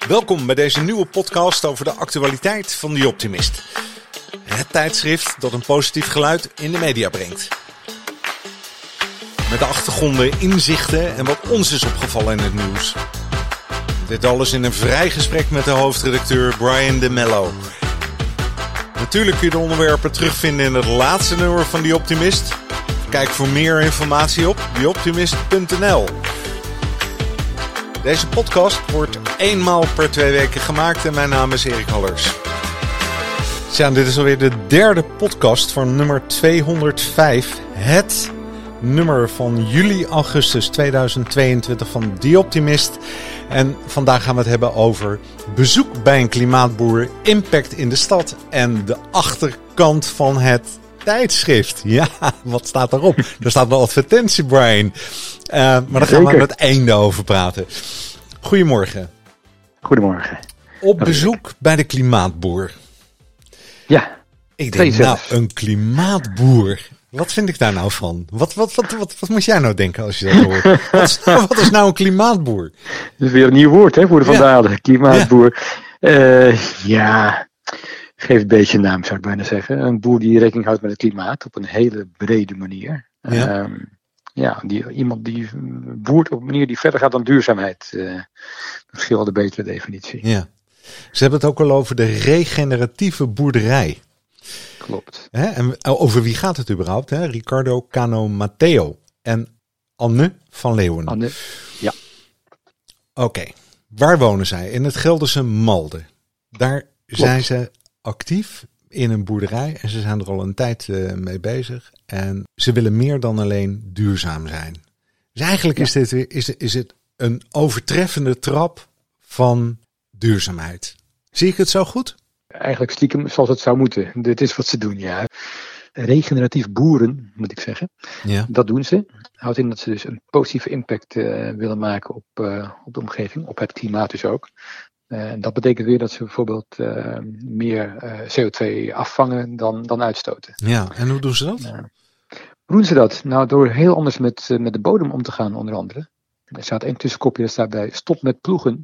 Welkom bij deze nieuwe podcast over de actualiteit van The Optimist. Het tijdschrift dat een positief geluid in de media brengt. Met de achtergronden, inzichten en wat ons is opgevallen in het nieuws. Dit alles in een vrij gesprek met de hoofdredacteur Brian de Mello. Natuurlijk kun je de onderwerpen terugvinden in het laatste nummer van The Optimist. Kijk voor meer informatie op theoptimist.nl. Deze podcast wordt eenmaal per 2 weken gemaakt en mijn naam is Erik Hallers. Ja, dit is alweer de derde podcast van nummer 205. Het nummer van juli-augustus 2022 van The Optimist. En vandaag gaan we het hebben over bezoek bij een klimaatboer, impact in de stad en de achterkant van het tijdschrift. Ja, wat staat daarop? Er staat een advertentie, Brian. Maar daar gaan we aan het einde over praten. Goedemorgen. Goedemorgen. Op bezoek bij de klimaatboer. Ja. Ik denk, een klimaatboer. Wat vind ik daar nou van? Wat moet jij nou denken als je dat hoort? Wat is nou een klimaatboer? Dat is weer een nieuw woord, hè, voor de vandalen. Klimaatboer. Geef een beetje een naam, zou ik bijna zeggen. Een boer die rekening houdt met het klimaat op een hele brede manier. Iemand die boert op een manier die verder gaat dan duurzaamheid. Misschien wel de betere definitie. Ja. Ze hebben het ook al over de regeneratieve boerderij. Klopt. En over wie gaat het überhaupt? Riccardo Cano Matteo en Anne van Leeuwen. Anne, ja. Oké. Waar wonen zij? In het Gelderse Malden. Daar zijn ze actief in een boerderij en ze zijn er al een tijd mee bezig. En ze willen meer dan alleen duurzaam zijn. Dus eigenlijk is het een overtreffende trap van duurzaamheid. Zie ik het zo goed? Eigenlijk stiekem zoals het zou moeten. Dit is wat ze doen, ja. Regeneratief boeren, moet ik zeggen. Ja. Dat doen ze. Houdt in dat ze dus een positieve impact willen maken op de omgeving, op het klimaat dus ook. En dat betekent weer dat ze bijvoorbeeld meer CO2 afvangen dan uitstoten. Ja, en hoe doen ze dat? Hoe doen ze dat? Nou, door heel anders met de bodem om te gaan, onder andere. Er staat één tussenkopje, daar staat bij stop met ploegen.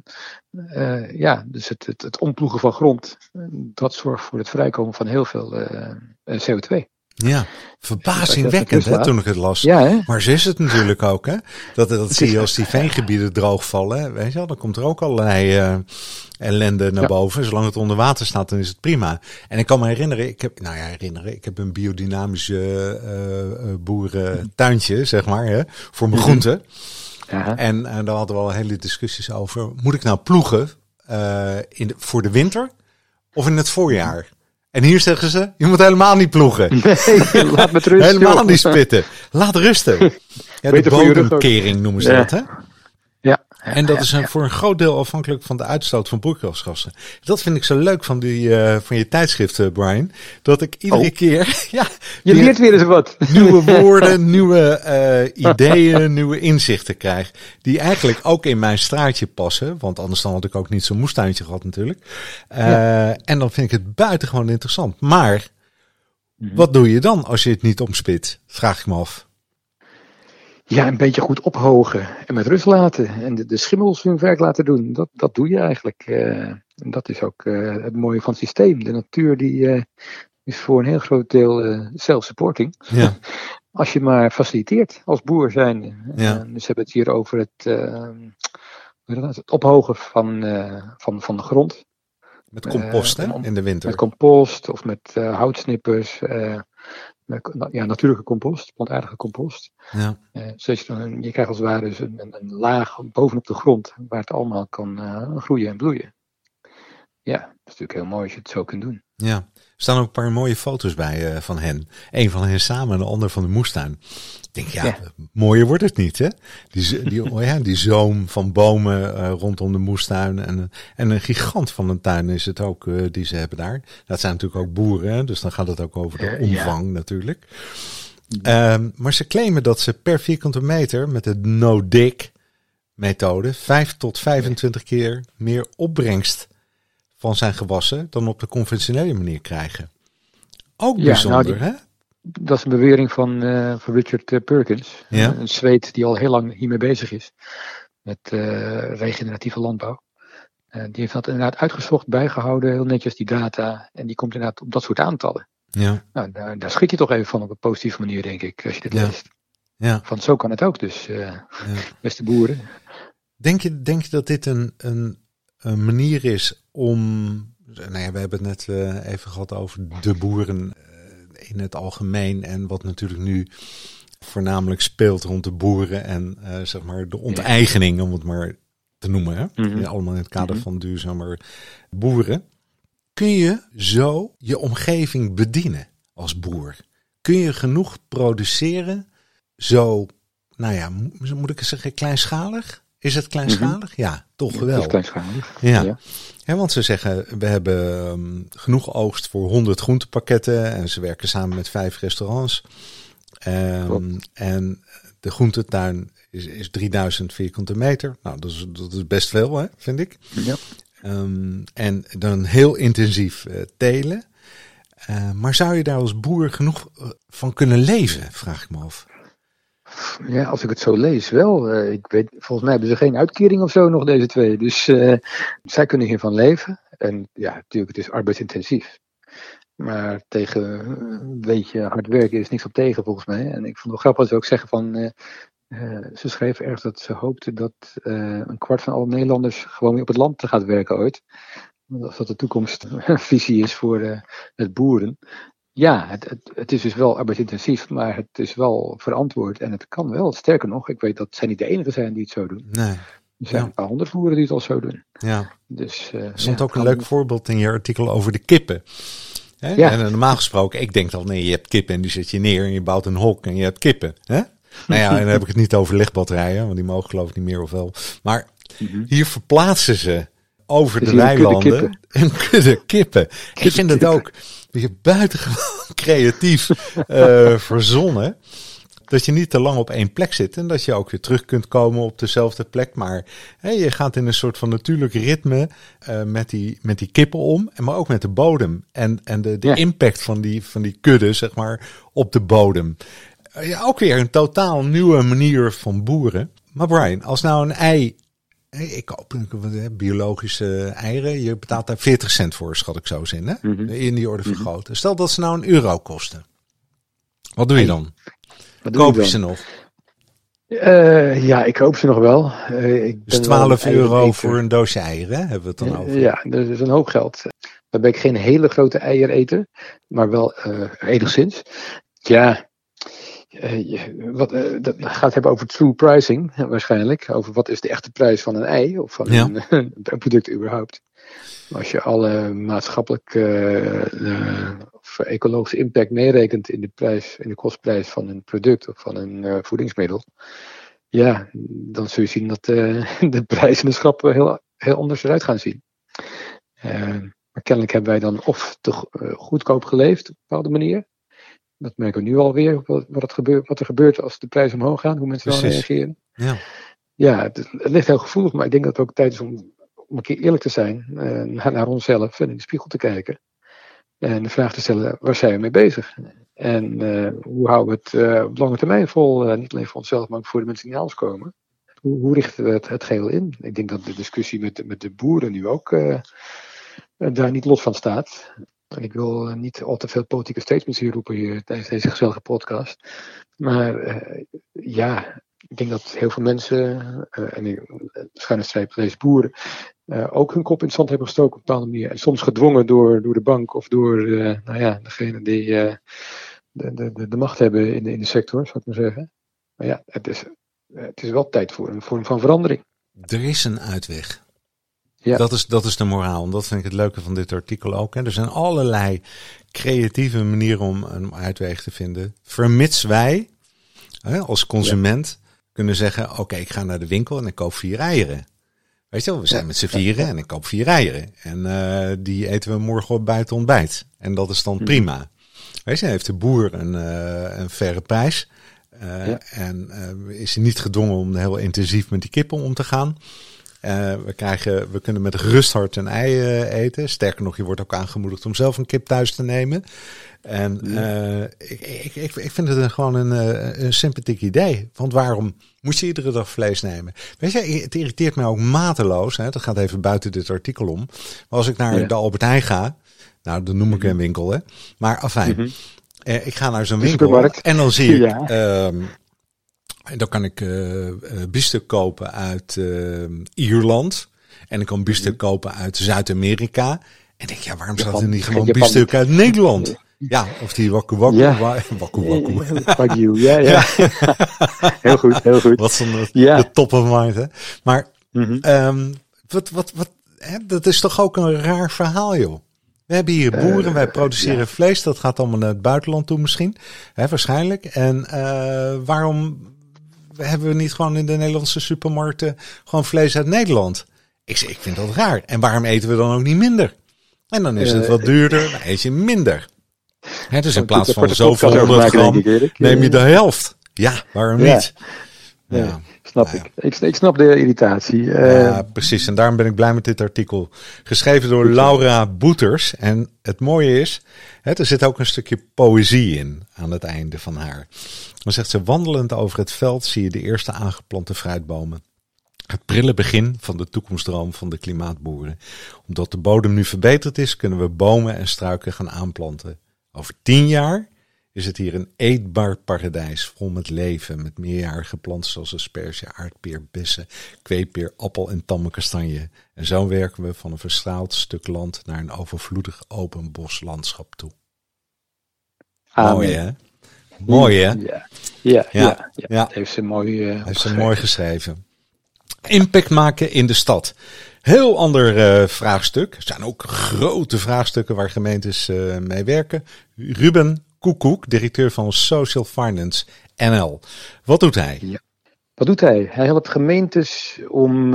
Dus het omploegen van grond, dat zorgt voor het vrijkomen van heel veel CO2. Ja, verbazingwekkend toen ik het las. Ja, hè? Maar zo is het natuurlijk ook. Hè? Dat zie je als die veengebieden droogvallen. Weet je wel, dan komt er ook allerlei ellende naar boven. Zolang het onder water staat, dan is het prima. En ik kan me herinneren, ik heb een biodynamische boerentuintje, zeg maar, hè, voor mijn groenten. Ja. En daar hadden we al hele discussies over. Moet ik nou ploegen voor de winter of in het voorjaar? En hier zeggen ze, je moet helemaal niet ploegen. Nee, laat met rust. Helemaal niet spitten. Laat rusten. Ja, de bodemkering noemen ze dat, hè? Ja. En dat is voor een groot deel afhankelijk van de uitstoot van broeikasgassen. Dat vind ik zo leuk van je tijdschrift, Brian. Dat ik iedere keer... Ja, je leert weer eens wat. Nieuwe woorden, nieuwe ideeën, nieuwe inzichten krijg. Die eigenlijk ook in mijn straatje passen. Want anders dan had ik ook niet zo'n moestuintje gehad natuurlijk. En dan vind ik het buitengewoon interessant. Maar wat doe je dan als je het niet omspit? Vraag ik me af. Ja, een beetje goed ophogen en met rust laten. En de schimmels hun werk laten doen. Dat doe je eigenlijk. En dat is ook het mooie van het systeem. De natuur die is voor een heel groot deel self-supporting. Ja. Als je maar faciliteert als boer zijn. Ja. Dus we hebben het hier over het ophogen van de grond. Met compost in de winter. Met compost of met houtsnippers. Natuurlijke compost, plantaardige compost. Ja. Zodat je krijgt als het ware dus een laag bovenop de grond waar het allemaal kan groeien en bloeien. Ja, dat is natuurlijk heel mooi als je het zo kunt doen. Ja, er staan ook een paar mooie foto's bij van hen. Eén van hen samen en de ander van de moestuin. Ik denk, mooier wordt het niet, hè? Die zoom van bomen rondom de moestuin. En een gigant van een tuin is het ook die ze hebben daar. Dat zijn natuurlijk ook boeren, hè? Dus dan gaat het ook over de omvang natuurlijk. Maar ze claimen dat ze per vierkante meter met de no-dig methode 5 tot 25 keer meer opbrengst van zijn gewassen dan op de conventionele manier krijgen. Ook bijzonder, hè? Dat is een bewering van Richard Perkins. Ja? Een Zweed die al heel lang hiermee bezig is. Met regeneratieve landbouw. Die heeft dat inderdaad uitgezocht, bijgehouden, heel netjes die data. En die komt inderdaad op dat soort aantallen. Ja. Nou, daar schrik je toch even van op een positieve manier, denk ik, als je dit leest. Ja. Van zo kan het ook dus, beste boeren. Denk je dat dit een manier is om... Nou ja, we hebben het net even gehad over de boeren in het algemeen. En wat natuurlijk nu voornamelijk speelt rond de boeren. En zeg maar de onteigening, om het maar te noemen. Hè? Mm-hmm. Allemaal in het kader van duurzamer boeren. Kun je zo je omgeving bedienen als boer? Kun je genoeg produceren? Zo, nou ja, moet ik zeggen kleinschalig? Is het kleinschalig? Ja, toch wel. Het is kleinschalig. Ja. Ja, want ze zeggen, we hebben genoeg oogst voor 100 groentepakketten. En ze werken samen met 5 restaurants. En de groentetuin is 3000 vierkante meter. Nou, dat is best veel, hè, vind ik. Ja. En dan heel intensief telen. Maar zou je daar als boer genoeg van kunnen leven, vraag ik me af. Ja, als ik het zo lees wel. Ik weet, volgens mij hebben ze geen uitkering of zo nog, deze twee. Dus zij kunnen hiervan leven. En ja, natuurlijk, het is arbeidsintensief. Maar tegen een beetje hard werken is niks op tegen, volgens mij. En ik vond het wel grappig dat ze ook zeggen van... ze schreef ergens dat ze hoopte dat een kwart van alle Nederlanders gewoon weer op het land gaat werken ooit. Als dat de toekomstvisie is voor het boeren. Ja, het is dus wel arbeidsintensief, maar het is wel verantwoord en het kan wel. Sterker nog, ik weet dat zij niet de enige zijn die het zo doen. Nee. Er zijn een paar honderd boeren die het al zo doen. Ja. Dus, er stond ook een leuk voorbeeld in je artikel over de kippen. Hè? Ja. En normaal gesproken, ik denk dan, nee, je hebt kippen en die zet je neer en je bouwt een hok en je hebt kippen. Hè? Nou ja, en dan heb ik het niet over lichtbatterijen, want die mogen geloof ik niet meer of wel. Maar hier verplaatsen ze over de weilanden een kudde kippen. Ik vind het ook weer buitengewoon creatief verzonnen. Dat je niet te lang op één plek zit en dat je ook weer terug kunt komen op dezelfde plek. Maar je gaat in een soort van natuurlijk ritme met die kippen om, maar ook met de bodem. En de impact van die kudde, zeg maar, op de bodem. Ja, ook weer een totaal nieuwe manier van boeren. Maar Brian, als nou een ei... Ik koop biologische eieren. Je betaalt daar 40 cent voor, schat ik zo in. Hè? Mm-hmm. In die orde vergroten. Stel dat ze nou €1 kosten. Wat doe je dan? Koop je ze nog? Ja, ik koop ze nog wel. Dus €12 voor een doosje eieren, hebben we het dan over? Ja, dat is een hoop geld. Dan ben ik geen hele grote eiereter, maar wel enigszins. Ja... dat gaat hebben over true pricing waarschijnlijk. Over wat is de echte prijs van een ei of van een product überhaupt. Als je alle maatschappelijke of ecologische impact meerekent in de kostprijs van een product of van een voedingsmiddel. Ja, dan zul je zien dat de prijzen in de schappen heel anders eruit gaan zien. Maar kennelijk hebben wij dan of te goedkoop geleefd op een bepaalde manier. Dat merken we nu alweer, wat er gebeurt als de prijzen omhoog gaan, hoe mensen dan reageren. Ja, het ligt heel gevoelig, maar ik denk dat het ook tijd is om een keer eerlijk te zijn naar onszelf en in de spiegel te kijken. En de vraag te stellen, waar zijn we mee bezig? En hoe houden we het op lange termijn vol, niet alleen voor onszelf, maar ook voor de mensen die na ons komen. Hoe richten we het geheel in? Ik denk dat de discussie met de boeren nu ook daar niet los van staat. Ik wil niet al te veel politieke statements hier roepen hier tijdens deze gezellige podcast. Maar ik denk dat heel veel mensen, en schuine streep deze boeren, ook hun kop in het zand hebben gestoken op een bepaalde manier. En soms gedwongen door de bank of door degene die de macht hebben in de sector, zou ik maar zeggen. Maar ja, het is wel tijd voor een vorm van verandering. Er is een uitweg. Ja. Dat is de moraal. En dat vind ik het leuke van dit artikel ook. Hè. Er zijn allerlei creatieve manieren om een uitweg te vinden. Vermits wij als consument kunnen zeggen, oké, ik ga naar de winkel en ik koop 4 eieren. Weet je wel, we zijn met z'n vieren en ik koop 4 eieren. En die eten we morgen op buiten ontbijt. En dat is dan prima. Weet je, heeft de boer een faire prijs. En is hij niet gedwongen om heel intensief met die kippen om te gaan. We kunnen met gerust hart een ei eten. Sterker nog, je wordt ook aangemoedigd om zelf een kip thuis te nemen. En ik vind het gewoon een sympathiek idee. Want waarom moet je iedere dag vlees nemen? Weet je, het irriteert mij ook mateloos. Hè? Dat gaat even buiten dit artikel om. Maar als ik naar de Albert Heijn ga, nou, dan noem ik een winkel, hè. Maar afijn, ik ga naar zo'n winkel en dan zie ik, dan kan ik biefstuk kopen uit Ierland. En ik kan biefstuk kopen uit Zuid-Amerika. En denk, ja, waarom staat er niet gewoon biefstuk uit Nederland? Ja, of die waku waku. Wagyu, ja. Heel goed, heel goed. Wat van de top of mind, hè. Maar dat is toch ook een raar verhaal, joh. We hebben hier boeren, wij produceren vlees. Dat gaat allemaal naar het buitenland toe misschien. Hè, waarschijnlijk. En waarom hebben we niet gewoon in de Nederlandse supermarkten gewoon vlees uit Nederland? Ik vind dat raar. En waarom eten we dan ook niet minder? En dan is het wat duurder, dan eet je minder. Hè, dus in plaats van zoveel 100 gram neem je de helft. Ja, waarom niet? Ja, snap ik. Ik snap de irritatie. Ja, precies. En daarom ben ik blij met dit artikel. Geschreven door Laura Boeters. En het mooie is, er zit ook een stukje poëzie in aan het einde van haar. Dan zegt ze, wandelend over het veld zie je de eerste aangeplante fruitbomen. Het prille begin van de toekomstdroom van de klimaatboeren. Omdat de bodem nu verbeterd is, kunnen we bomen en struiken gaan aanplanten. Over 10 jaar is het hier een eetbaar paradijs vol met leven, met meerjarige planten zoals asperge, aardpeer, bessen, kweepeer, appel en tamme kastanje. En zo werken we van een verstraald stuk land naar een overvloedig open boslandschap toe. Amen. Mooi, hè? Mooi, hè? Ja. Heeft ze mooi geschreven. Impact maken in de stad. Heel ander vraagstuk. Er zijn ook grote vraagstukken waar gemeentes mee werken. Ruben Koekoek, directeur van Social Finance NL. Wat doet hij? Ja. Wat doet hij? Hij helpt gemeentes om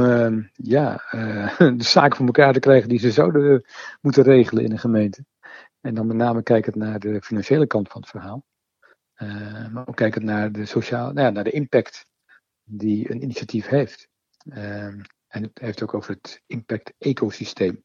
de zaken voor elkaar te krijgen die ze zouden moeten regelen in een gemeente. En dan met name kijkend naar de financiële kant van het verhaal. Maar ook kijkend naar naar de impact die een initiatief heeft. En het heeft ook over het impact-ecosysteem.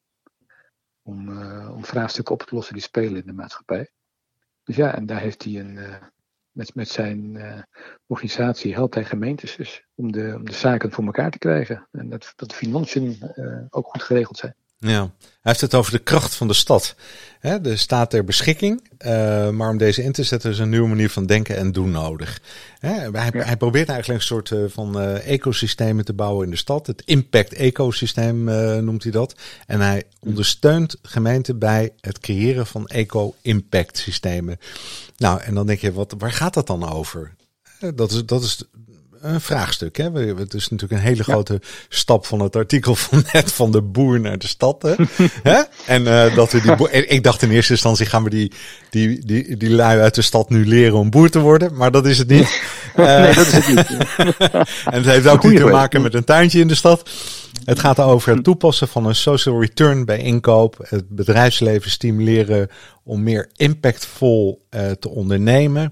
Om vraagstukken op te lossen die spelen in de maatschappij. Dus ja, en daar heeft hij met zijn organisatie helpt hij gemeentes dus om de zaken voor elkaar te krijgen. En dat de financiën ook goed geregeld zijn. Ja, hij heeft het over de kracht van de stad. Er staat ter beschikking, maar om deze in te zetten is een nieuwe manier van denken en doen nodig. Hij probeert eigenlijk een soort van ecosystemen te bouwen in de stad. Het impact-ecosysteem noemt hij dat. En hij ondersteunt gemeenten bij het creëren van eco-impact systemen. Nou, en dan denk je, waar gaat dat dan over? Dat is een vraagstuk. Hè? Het is natuurlijk een hele grote stap van het artikel van de boer naar de stad. Hè? En dat we ik dacht in eerste instantie gaan we die lui uit de stad nu leren om boer te worden. Maar dat is het niet. Nee, dat is het niet. En het heeft ook niet te maken met een tuintje in de stad. Het gaat over het toepassen van een social return bij inkoop. Het bedrijfsleven stimuleren om meer impactvol te ondernemen.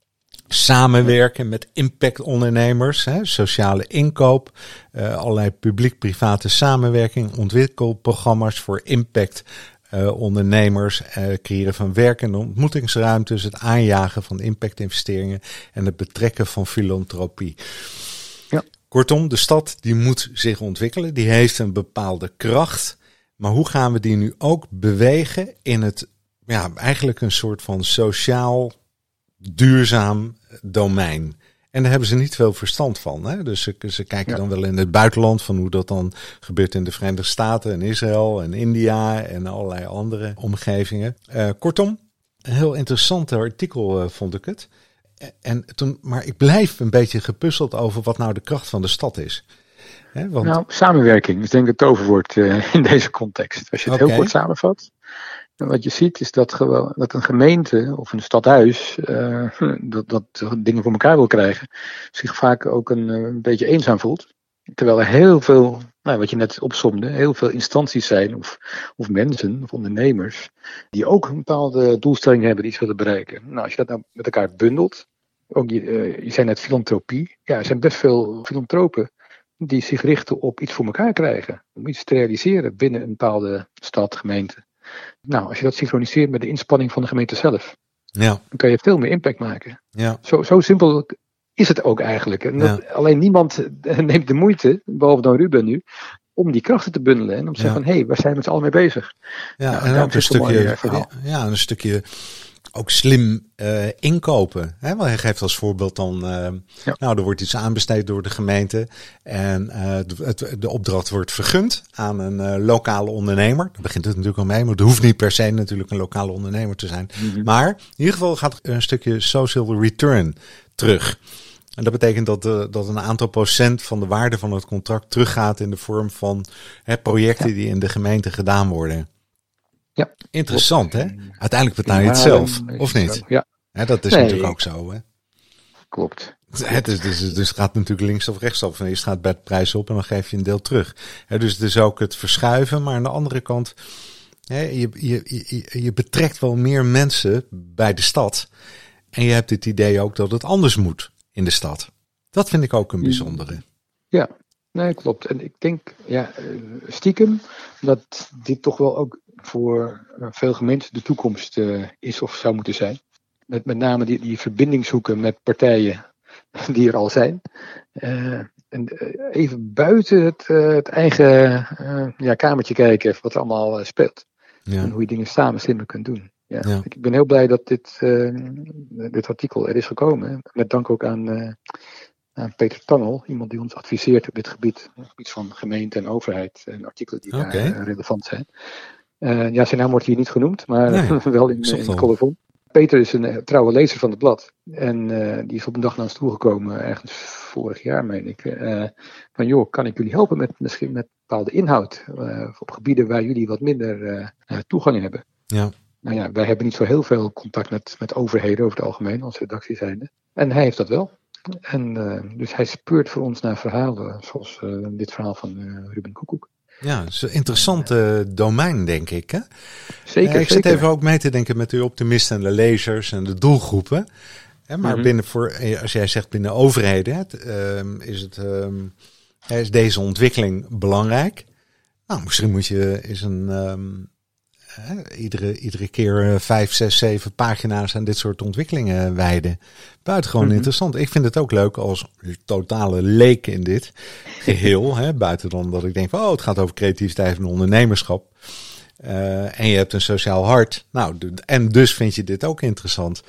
Samenwerken met impactondernemers, sociale inkoop, allerlei publiek-private samenwerking, ontwikkelprogramma's voor impactondernemers, creëren van werk- en ontmoetingsruimtes, het aanjagen van impactinvesteringen en het betrekken van filantropie. Ja. Kortom, de stad die moet zich ontwikkelen, die heeft een bepaalde kracht, maar hoe gaan we die nu ook bewegen in het, eigenlijk een soort van sociaal duurzaam domein. En daar hebben ze niet veel verstand van. Hè? Dus ze kijken dan wel in het buitenland van hoe dat dan gebeurt in de Verenigde Staten en Israël en India en allerlei andere omgevingen. Kortom, een heel interessant artikel vond ik het. Maar ik blijf een beetje gepuzzeld over wat nou de kracht van de stad is. Hè, want... Nou, samenwerking is denk ik het toverwoord in deze context. Als je het heel kort samenvat. Wat je ziet is dat een gemeente of een stadhuis dat dingen voor elkaar wil krijgen, zich vaak ook een beetje eenzaam voelt. Terwijl er heel veel, wat je net opsomde, heel veel instanties zijn of mensen of ondernemers die ook een bepaalde doelstelling hebben die ze willen bereiken. Nou, als je dat nou met elkaar bundelt, ook je zei net filantropie, er zijn best veel filantropen die zich richten op iets voor elkaar krijgen. Om iets te realiseren binnen een bepaalde stad, gemeente. Nou, als je dat synchroniseert met de inspanning van de gemeente zelf, dan kan je veel meer impact maken. Ja. Zo simpel is het ook eigenlijk. En alleen niemand neemt de moeite, behalve dan Ruben nu, om die krachten te bundelen. En om te zeggen van, waar zijn we met z'n allen mee bezig? Ja, en ook een stukje ook slim inkopen. Hè? Want hij geeft als voorbeeld dan, nou, er wordt iets aanbesteed door de gemeente en de opdracht wordt vergund aan een lokale ondernemer. Daar begint het natuurlijk al mee, maar het hoeft niet per se natuurlijk een lokale ondernemer te zijn. Mm-hmm. Maar in ieder geval gaat een stukje social return terug. En dat betekent dat een aantal procent van de waarde van het contract teruggaat in de vorm van projecten die in de gemeente gedaan worden. Ja. Interessant, hè? Uiteindelijk betaal je het zelf, of niet? Ja. Dat is natuurlijk ook zo, hè? Klopt. Dus het gaat natuurlijk links of rechtsaf. Je gaat bij de prijs op en dan geef je een deel terug. Dus het is ook het verschuiven, maar aan de andere kant, je betrekt wel meer mensen bij de stad. En je hebt het idee ook dat het anders moet in de stad. Dat vind ik ook een bijzondere. Ja, nee, klopt. En ik denk, stiekem, dat dit toch wel ook voor veel gemeenten de toekomst is of zou moeten zijn. Met name die verbinding zoeken met partijen die er al zijn. En even buiten het eigen kamertje kijken wat er allemaal speelt. Ja. En hoe je dingen samen slimmer kunt doen. Ja. Ik ben heel blij dat dit artikel er is gekomen. Met dank ook aan Peter Tangel, iemand die ons adviseert op dit gebied. Op het gebied van gemeente en overheid. En artikelen die daar relevant zijn. Zijn naam wordt hier niet genoemd, maar wel in de colofon. Peter is een trouwe lezer van het blad. En die is op een dag naar ons toegekomen, ergens vorig jaar, meen ik. Van joh, kan ik jullie helpen misschien met bepaalde inhoud? Op gebieden waar jullie wat minder toegang hebben. Ja. Nou ja, wij hebben niet zo heel veel contact met overheden over het algemeen, als redactie zijnde. En hij heeft dat wel. En dus hij speurt voor ons naar verhalen, zoals dit verhaal van Ruben Koekoek. Ja, het is een interessant domein, denk ik. Hè? Zeker. Ik zit even ook mee te denken met de optimisten en de lezers en de doelgroepen. Maar als jij zegt binnen overheden, is deze ontwikkeling belangrijk. Nou, misschien moet je iedere keer 5, 6, 7 pagina's aan dit soort ontwikkelingen wijden. Buitengewoon interessant. Ik vind het ook leuk als totale leek in dit geheel. Buiten dan dat ik denk van, het gaat over creativiteit en ondernemerschap. En je hebt een sociaal hart. Nou, en dus vind je dit ook interessant.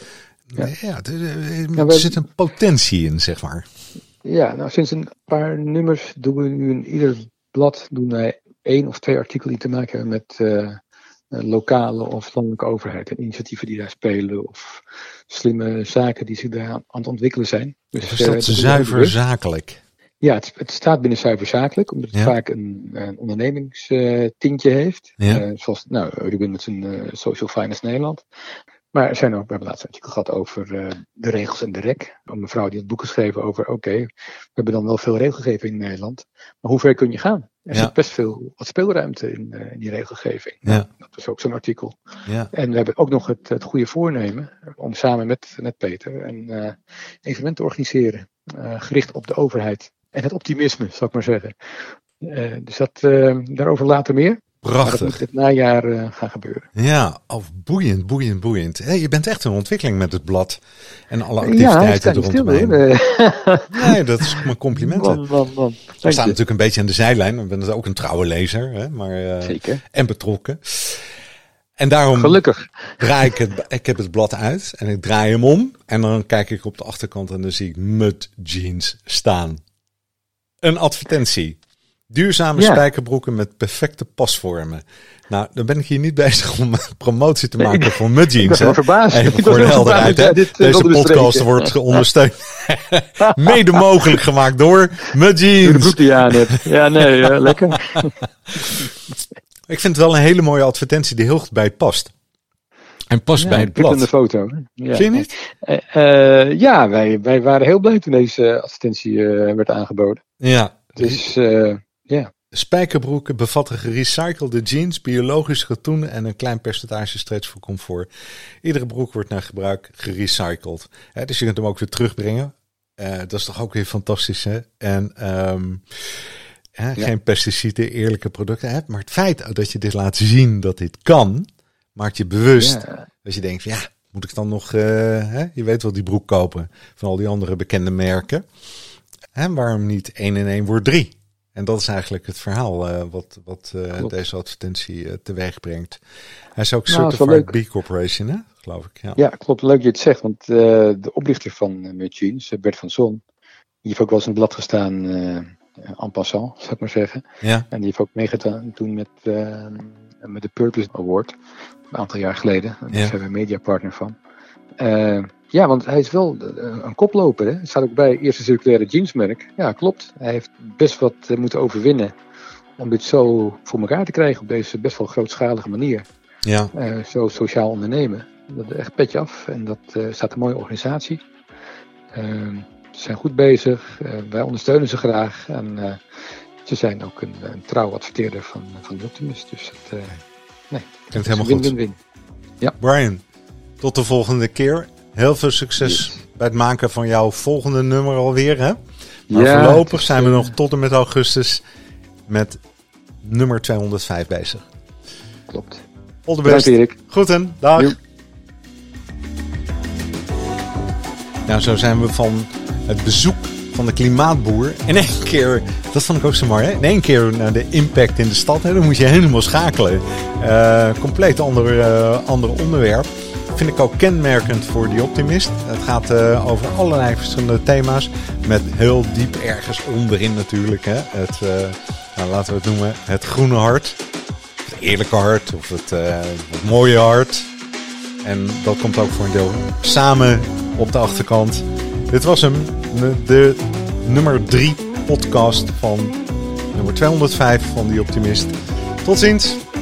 Er zit een potentie in, zeg maar. Ja, nou sinds een paar nummers doen we nu in ieder blad 1 of 2 artikelen die te maken hebben met lokale of landelijke overheid en initiatieven die daar spelen of slimme zaken die zich daar aan het ontwikkelen zijn. Dus is dat zuiver zakelijk? Ja, het staat binnen zuiver zakelijk, omdat het vaak een ondernemingstintje heeft. Ja. Zoals Ruben met zijn Social Finance Nederland. Maar we hebben laatst een artikel gehad over de regels en de rek. Een mevrouw die het boek geschreven over, we hebben dan wel veel regelgeving in Nederland. Maar hoe ver kun je gaan? Er zit best wat speelruimte in die regelgeving. Ja. Dat is ook zo'n artikel. Ja. En we hebben ook nog het goede voornemen om samen met Peter een evenement te organiseren. Gericht op de overheid. En het optimisme, zal ik maar zeggen. Dus daarover later meer. Prachtig. Maar dat moet dit najaar gaan gebeuren. Ja, boeiend. Je bent echt een ontwikkeling met het blad. En alle activiteiten eromheen. Nee, dat is mijn complimenten. Man. We staan natuurlijk een beetje aan de zijlijn. Ik ben ook een trouwe lezer. Hè, maar, zeker. En betrokken. En daarom gelukkig draai ik heb het blad uit. En ik draai hem om. En dan kijk ik op de achterkant en dan zie ik Mud Jeans staan. Een advertentie. Duurzame spijkerbroeken met perfecte pasvormen. Nou, dan ben ik hier niet bezig om promotie te maken voor Mud Jeans. Ik ben wel verbaasd. Even voor de helderheid. Deze podcast wordt ondersteund. Mede mogelijk gemaakt door Mud Jeans. Door de broek die je aan hebt. Ja, nee, lekker. Ik vind het wel een hele mooie advertentie die heel goed bij het past. En past bij het blad. Een foto. Ja. Vind je niet? Wij waren heel blij toen deze advertentie werd aangeboden. Ja. Dus Spijkerbroeken bevatten gerecyclede jeans, biologisch katoen en een klein percentage stretch voor comfort. Iedere broek wordt naar gebruik gerecycled. Dus je kunt hem ook weer terugbrengen. Dat is toch ook weer fantastisch, hè? En geen pesticiden, eerlijke producten hebt. Maar het feit dat je dit laat zien dat dit kan, maakt je bewust. Dat je denkt, ja, moet ik dan nog, je weet wel, die broek kopen van al die andere bekende merken. En waarom niet 1 en 1 wordt 3? En dat is eigenlijk het verhaal wat deze advertentie teweeg brengt. Hij is ook Certified B Corporation, hè? Geloof ik. Ja, klopt. Leuk dat je het zegt. Want de oprichter van Mutjeans, Bert van Son, die heeft ook wel eens in het blad gestaan, en passant, zou ik maar zeggen. Ja. En die heeft ook meegedaan toen met de Purpose Award, een aantal jaar geleden. Daar zijn we mediapartner van. Ja, want hij is wel een koploper. Hè? Het staat ook bij eerste circulaire jeansmerk. Ja, klopt. Hij heeft best wat moeten overwinnen om dit zo voor elkaar te krijgen op deze best wel grootschalige manier. Ja. Zo sociaal ondernemen. Dat is echt petje af. En dat staat een mooie organisatie. Ze zijn goed bezig. Wij ondersteunen ze graag. En ze zijn ook een trouw adverteerder van de Optimist. Dus klinkt helemaal goed. Win-win-win. Ja. Brian, tot de volgende keer. Heel veel succes bij het maken van jouw volgende nummer alweer. Hè? Maar voorlopig zijn we nog tot en met augustus met nummer 205 bezig. Klopt. All the best. Erik. Groeten. Dag. Jo. Nou, zo zijn we van het bezoek van de klimaatboer in één keer, dat vond ik ook zo mooi, hè? In één keer naar de impact in de stad. Hè? Dan moet je helemaal schakelen. Compleet ander onderwerp. Vind ik ook kenmerkend voor die Optimist. Het gaat over allerlei verschillende thema's. Met heel diep ergens onderin natuurlijk. Hè? Laten we het noemen het groene hart. Het eerlijke hart. Of het mooie hart. En dat komt ook voor een deel samen op de achterkant. Dit was hem. De nummer 3 podcast van nummer 205 van die Optimist. Tot ziens.